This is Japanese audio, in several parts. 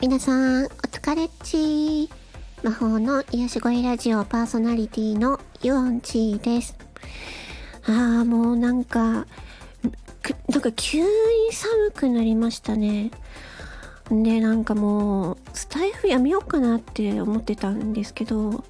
皆さんお疲れっち。魔法の癒し声ラジオパーソナリティのユオンチーです。もうなんか急に寒くなりましたね。でなんかもうスタイフやめようかなって思ってたんですけど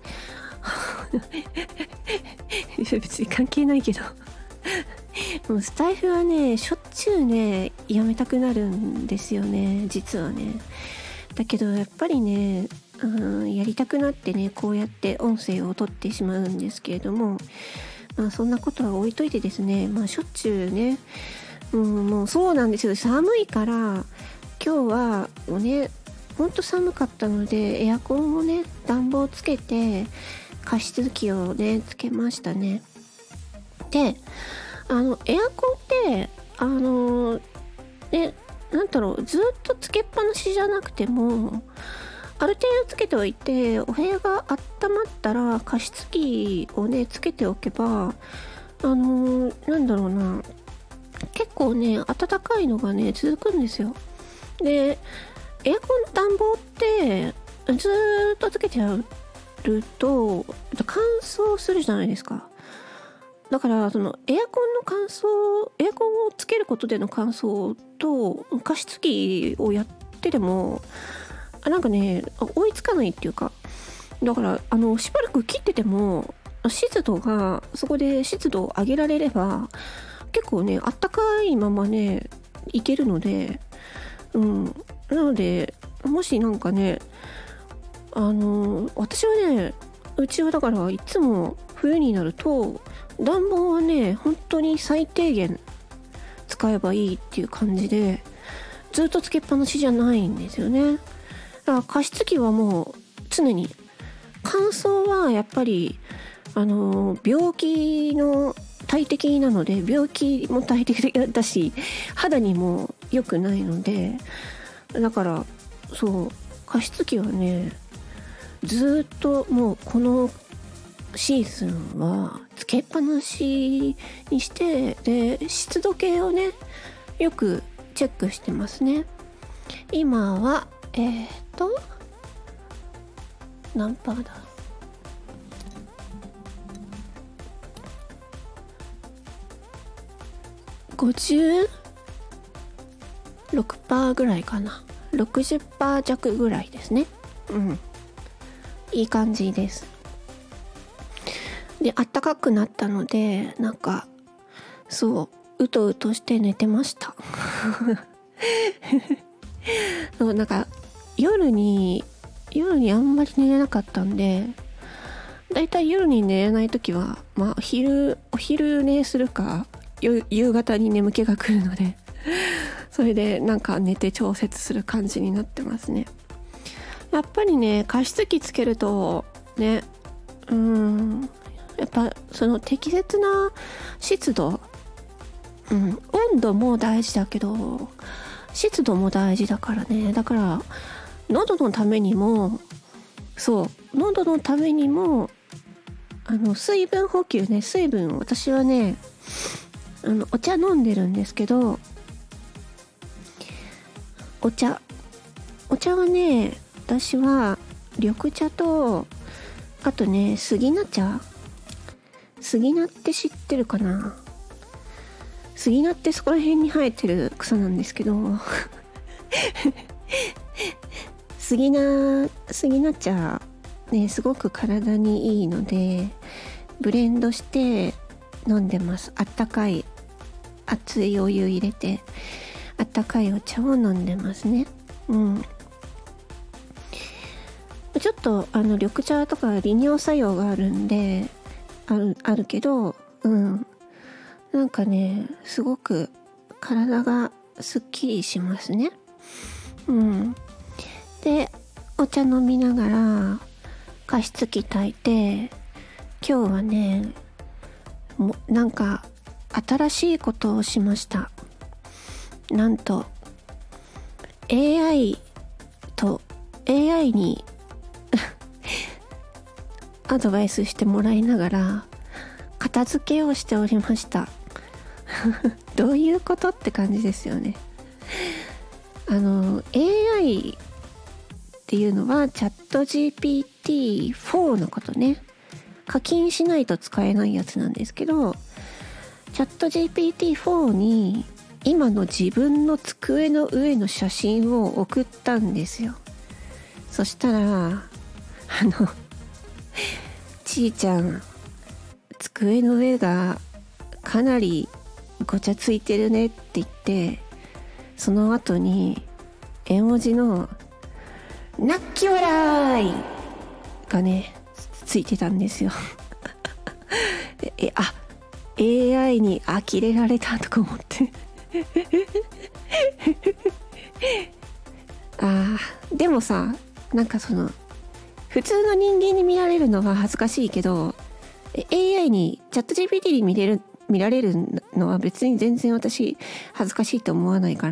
別に関係ないけどもうスタイフはねしょっちゅうねやめたくなるんですよね、実はね。だけどやっぱりね、やりたくなってねこうやって音声を取ってしまうんですけれども、そんなことは置いといてですね、しょっちゅうね、もうそうなんですよ。寒いから今日はねほんと寒かったのでエアコンをね暖房つけて加湿器をねつけましたね。でエアコンってねなんだろう、ずっとつけっぱなしじゃなくてもある程度つけておいて、お部屋が温まったら加湿器をねつけておけばなんだろうな、結構ね暖かいのがね続くんですよ。でエアコンの暖房ってずっとつけてやると乾燥するじゃないですか。だからそのエアコンをつけることでの乾燥と加湿器をやってでもなんかね追いつかないっていうか、だからしばらく切っててもそこで湿度を上げられれば結構ねあったかいままねいけるので、なのでもしなんかね私はねうちはだからいつも冬になると暖房はね本当に最低限使えばいいっていう感じでずっとつけっぱなしじゃないんですよね。だから加湿器はもう常に、乾燥はやっぱり病気の大敵なので、病気も大敵だし肌にも良くないので、だからそう加湿器はねずっともうこのシーズンはつけっぱなしにして、で湿度計をねよくチェックしてますね。今は何パーだ、56% ぐらいかな、60% 弱ぐらいですね。いい感じです。で暖かくなったのでなんかそううとうとして寝てましたそうなんか夜にあんまり寝れなかったんで、だいたい夜に寝れない時はお昼寝するか夕方に眠気が来るのでそれでなんか寝て調節する感じになってますね。やっぱりね加湿器つけるとねやっぱその適切な湿度、温度も大事だけど湿度も大事だからね。だから喉のためにも水分補給ね、私はねお茶飲んでるんですけど、お茶はね私は緑茶とあとね杉菜って知ってるかな。杉菜ってそこら辺に生えてる草なんですけど杉菜茶ねすごく体にいいのでブレンドして飲んでます。熱いお湯入れてあったかいお茶を飲んでますね。ちょっと緑茶とか利尿作用があるんであるけどなんかねすごく体がすっきりしますね。でお茶飲みながら加湿器焚いて、今日はねなんか新しいことをしました。なんと AI にアドバイスしてもらいながら片付けをしておりましたどういうことって感じですよね。AI っていうのはチャット GPT-4 のことね。課金しないと使えないやつなんですけど、チャット GPT-4 に今の自分の机の上の写真を送ったんですよ。そしたらちーちゃん、机の上がかなりごちゃついてるねって言って、その後に絵文字の泣き笑いがねついてたんですよAI に呆れられたとか思ってでもさ、なんかその普通の人間に見られるのは恥ずかしいけど、 AI にチャット GPT に見られるのは別に全然私恥ずかしいと思わないから、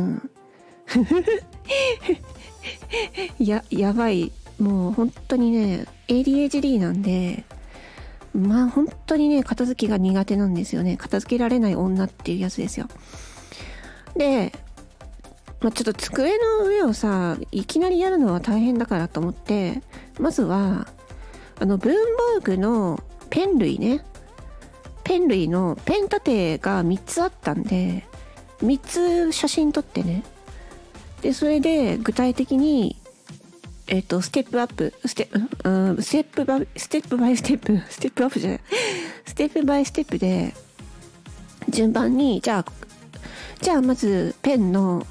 やばい。もう本当にね ADHD なんで、まあ本当にね片付きが苦手なんですよね。片付けられない女っていうやつですよ。で、ちょっと机の上をさいきなりやるのは大変だからと思って、まずは文房具のペン類ね、ペン類のペン立てが3つあったんで3つ写真撮ってね、でそれで具体的にステップバイステップで順番にじゃあまずペンの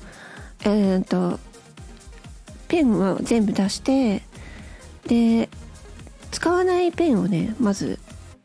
ペンを全部出して、で使わないペンをねまず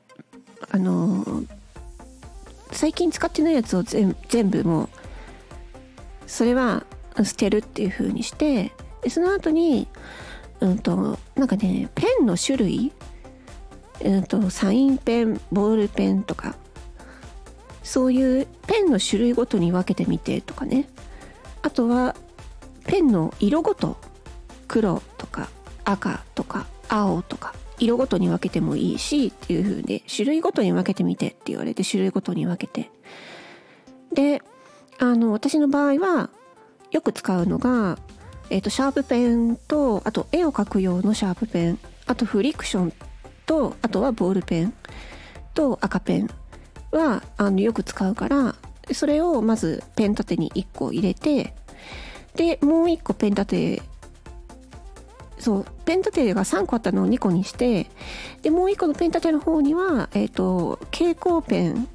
最近使ってないやつを全部もうそれは捨てるっていう風にして、でその後になんかねペンの種類、サインペン、ボールペンとかそういうペンの種類ごとに分けてみてとかね、あとはペンの色ごと、黒とか赤とか青とか色ごとに分けてもいいしっていう風で、種類ごとに分けてみてって言われて種類ごとに分けて、で私の場合はよく使うのがシャープペンと、あと絵を描く用のシャープペン、あとフリクションと、あとはボールペンと赤ペンはよく使うから、それをまずペン立てに1個入れて、でもう1個ペン立て、そうペン立てが3個あったのを2個にして、でもう1個のペン立ての方には蛍光ペン、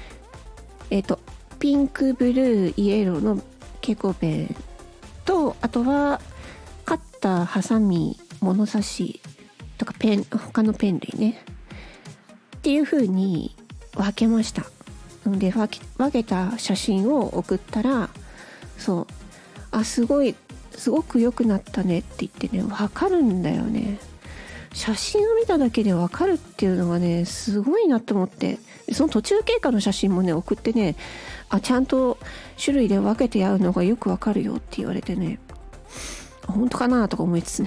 ピンク、ブルー、イエローの蛍光ペンと、あとはカッター、ハサミ、物差しとか他のペン類ねっていう風に分けました。で分けた写真を送ったら、すごく良くなったねって言ってね、分かるんだよね。写真を見ただけで分かるっていうのがねすごいなと思って、その途中経過の写真もね送ってね、ちゃんと種類で分けてやるのがよく分かるよって言われてね、本当かなとか思いつつね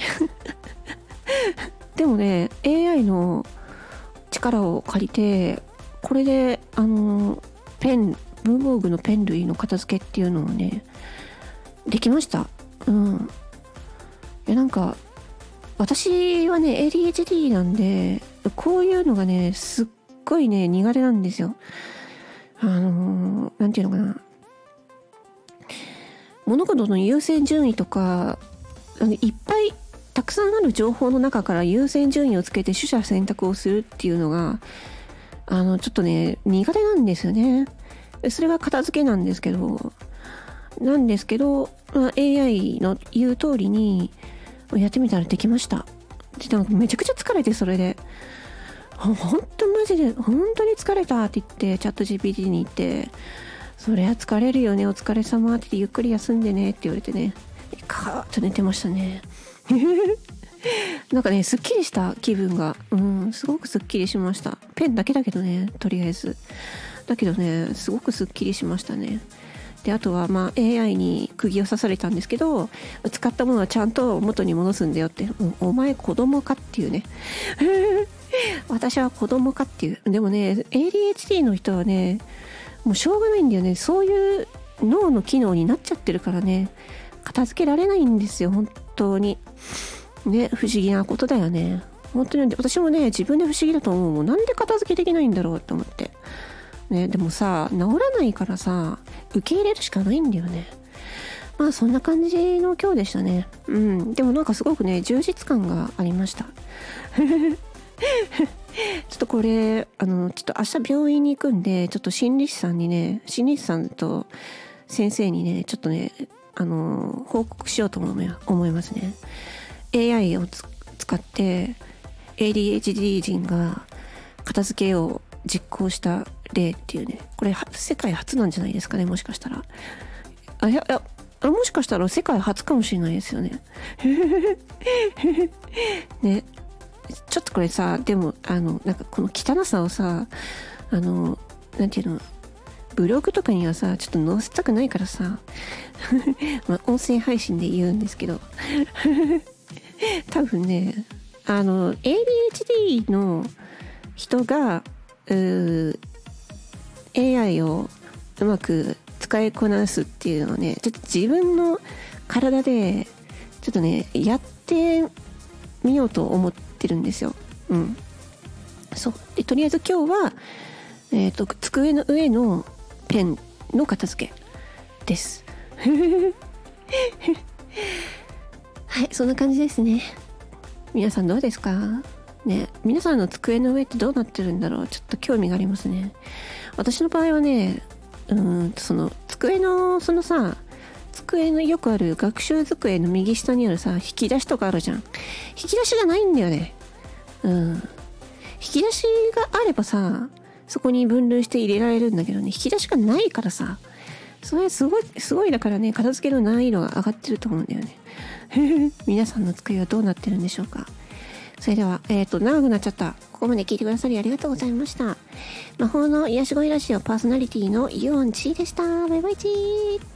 でもね AI の力を借りて、これで文房具のペン類の片付けっていうのをねできました。なんか私はね ADHD なんで、こういうのがねすっごいね苦手なんですよ。なんていうのかな、物事の優先順位とかいっぱいたくさんある情報の中から優先順位をつけて取捨選択をするっていうのがちょっとね苦手なんですよね。それが片付けなんですけど、AI の言う通りにやってみたらできました。でなんかめちゃくちゃ疲れて、それで本当マジで本当に疲れたって言ってチャット GPT に言って、そりゃ疲れるよね、お疲れ様って言ってゆっくり休んでねって言われてね、カーッと寝てましたねなんかねすっきりした気分が、すごくすっきりしました。ペンだけだけどね、とりあえずだけどねすごくすっきりしましたね。であとはAI に釘を刺されたんですけど、使ったものはちゃんと元に戻すんだよって、お前子供かっていうね私は子供かっていう。でもね ADHD の人はねもうしょうがないんだよね、そういう脳の機能になっちゃってるからね、片付けられないんですよ本当にね、不思議なことだよね。本当に私もね、自分で不思議だと思う。もうなんで片付けできないんだろうと思ってね。でもさ、治らないからさ、受け入れるしかないんだよね。まあそんな感じの今日でしたね。でもなんかすごくね、充実感がありました。ちょっとこれちょっと明日病院に行くんで、ちょっと心理師さんと先生にね、ちょっとね報告しようと思いますね。 AI を使って ADHD 人が片付けを実行した例っていうね、これ世界初なんじゃないですかね、もしかしたら。いやもしかしたら世界初かもしれないですよね。ね、ちょっとこれさ、でもなんかこの汚さをさ、なんていうの、ブログとかにはさちょっと載せたくないからさまあ音声配信で言うんですけど多分ね、ADHD の人がAI をうまく使いこなすっていうのをね、ちょっと自分の体でちょっとねやってみようと思ってるんですよ。そうで、とりあえず今日は机の上のペンの片付けですはい、そんな感じですね。皆さんどうですかね。皆さんの机の上ってどうなってるんだろう。ちょっと興味がありますね。私の場合はね、その机の机のよくある学習机の右下にあるさ、引き出しとかあるじゃん。引き出しがないんだよね。引き出しがあればさ、そこに分類して入れられるんだけどね、引き出しがないからさ、それすごいだからね、片付けの難易度が上がってると思うんだよね皆さんの机はどうなってるんでしょうか。それでは長くなっちゃった。ここまで聞いてくださりありがとうございました。魔法の癒し声ラジオパーソナリティのユオンチーでした。バイバイチー。